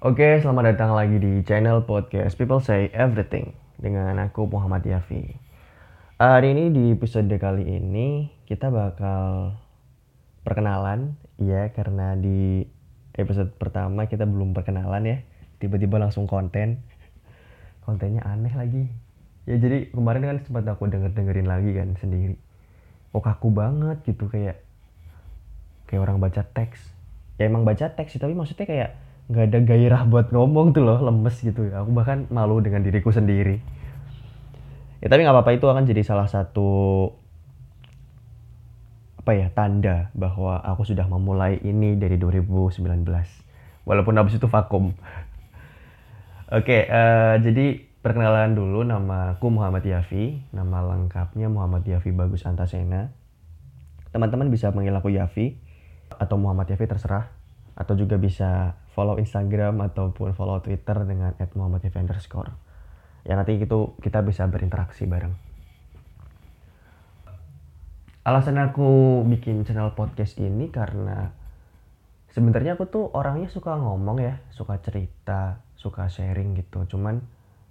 Oke, selamat datang lagi di channel podcast People Say Everything dengan aku Muhammad Yafi. Hari ini di episode kali ini kita bakal perkenalan, ya karena di episode pertama kita belum perkenalan ya, tiba-tiba langsung kontennya aneh lagi. Ya jadi kemarin kan sempat aku dengerin lagi kan sendiri. Oh kaku banget gitu kayak orang baca teks. Ya emang baca teks sih, tapi maksudnya kayak nggak ada gairah buat ngomong tuh loh, lemes gitu ya. Aku bahkan malu dengan diriku sendiri. Ya tapi nggak apa-apa, itu akan jadi salah satu tanda bahwa aku sudah memulai ini dari 2019. Walaupun habis itu vakum. Oke, jadi perkenalan dulu, nama aku Muhammad Yafi, nama lengkapnya Muhammad Yafi Bagus Antasena. Teman-teman bisa panggil aku Yafi atau Muhammad Yafi terserah, atau juga bisa follow Instagram ataupun follow Twitter dengan @muhammadyafi_. Ya nanti itu kita bisa berinteraksi bareng. Alasan aku bikin channel podcast ini karena sebenarnya aku tuh orangnya suka ngomong ya, suka cerita, suka sharing gitu. Cuman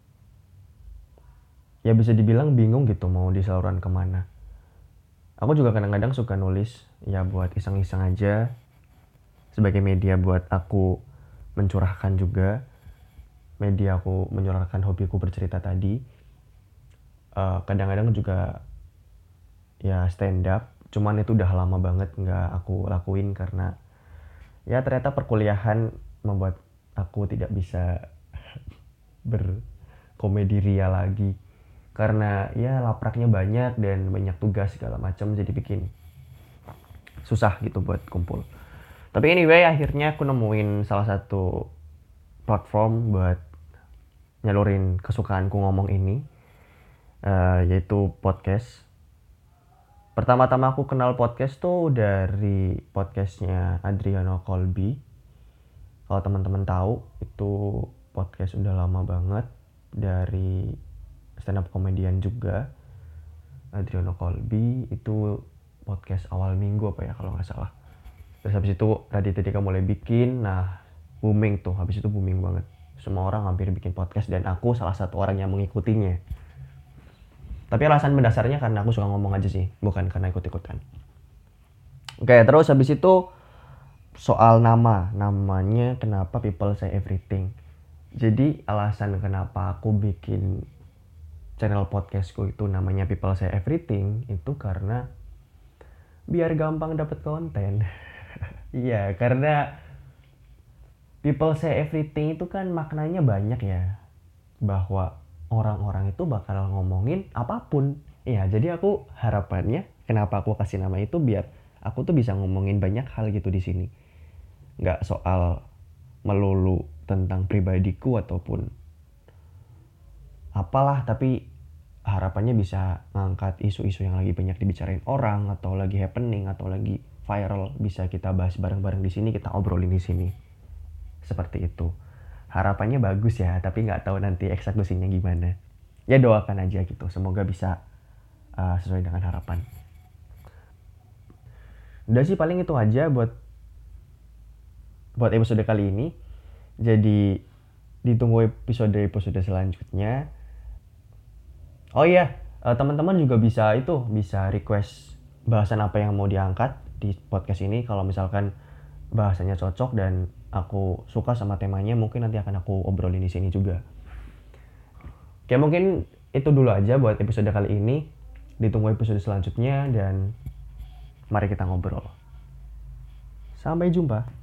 ya bisa dibilang bingung gitu mau disalurkan kemana. Aku juga kadang-kadang suka nulis ya buat iseng-iseng aja, sebagai media buat aku mencurahkan juga, media aku menyuarakan hobiku bercerita tadi. Kadang-kadang juga ya stand up, cuman itu udah lama banget nggak aku lakuin karena ya ternyata perkuliahan membuat aku tidak bisa berkomedi ria lagi karena ya lapraknya banyak dan banyak tugas segala macam, jadi bikin susah gitu buat kumpul. Tapi anyway, akhirnya aku nemuin salah satu platform buat nyalurin kesukaanku ngomong ini, yaitu podcast. Pertama-tama aku kenal podcast tuh dari podcastnya Adriano Colby. Kalau teman-teman tahu, itu podcast udah lama banget, dari stand up comedian juga. Adriano Colby itu podcast awal minggu apa ya kalau nggak salah. Terus habis itu Raditya Dika mulai bikin, nah booming tuh, habis itu booming banget. Semua orang hampir bikin podcast dan aku salah satu orang yang mengikutinya. Tapi alasan mendasarnya karena aku suka ngomong aja sih, bukan karena ikut-ikutan. Oke, terus habis itu soal namanya kenapa People Say Everything. Jadi alasan kenapa aku bikin channel podcastku itu namanya People Say Everything itu karena biar gampang dapet konten. Iya, karena People Say Everything itu kan maknanya banyak ya, bahwa orang-orang itu bakal ngomongin apapun. Iya, jadi aku harapannya kenapa aku kasih nama itu biar aku tuh bisa ngomongin banyak hal gitu di sini. Nggak soal melulu tentang pribadiku ataupun apalah, tapi harapannya bisa ngangkat isu-isu yang lagi banyak dibicarain orang atau lagi happening atau lagi viral, bisa kita bahas bareng-bareng di sini, kita obrolin di sini. Seperti itu. Harapannya bagus ya, tapi nggak tahu nanti eksekusinya gimana. Ya doakan aja gitu, semoga bisa sesuai dengan harapan. Udah sih paling itu aja buat episode kali ini. Jadi ditunggu episode selanjutnya. Oh iya, teman-teman juga bisa request bahasan apa yang mau diangkat di podcast ini. Kalau misalkan bahasanya cocok dan aku suka sama temanya, mungkin nanti akan aku obrolin di sini juga. Oke, mungkin itu dulu aja buat episode kali ini. Ditunggu episode selanjutnya dan mari kita ngobrol. Sampai jumpa.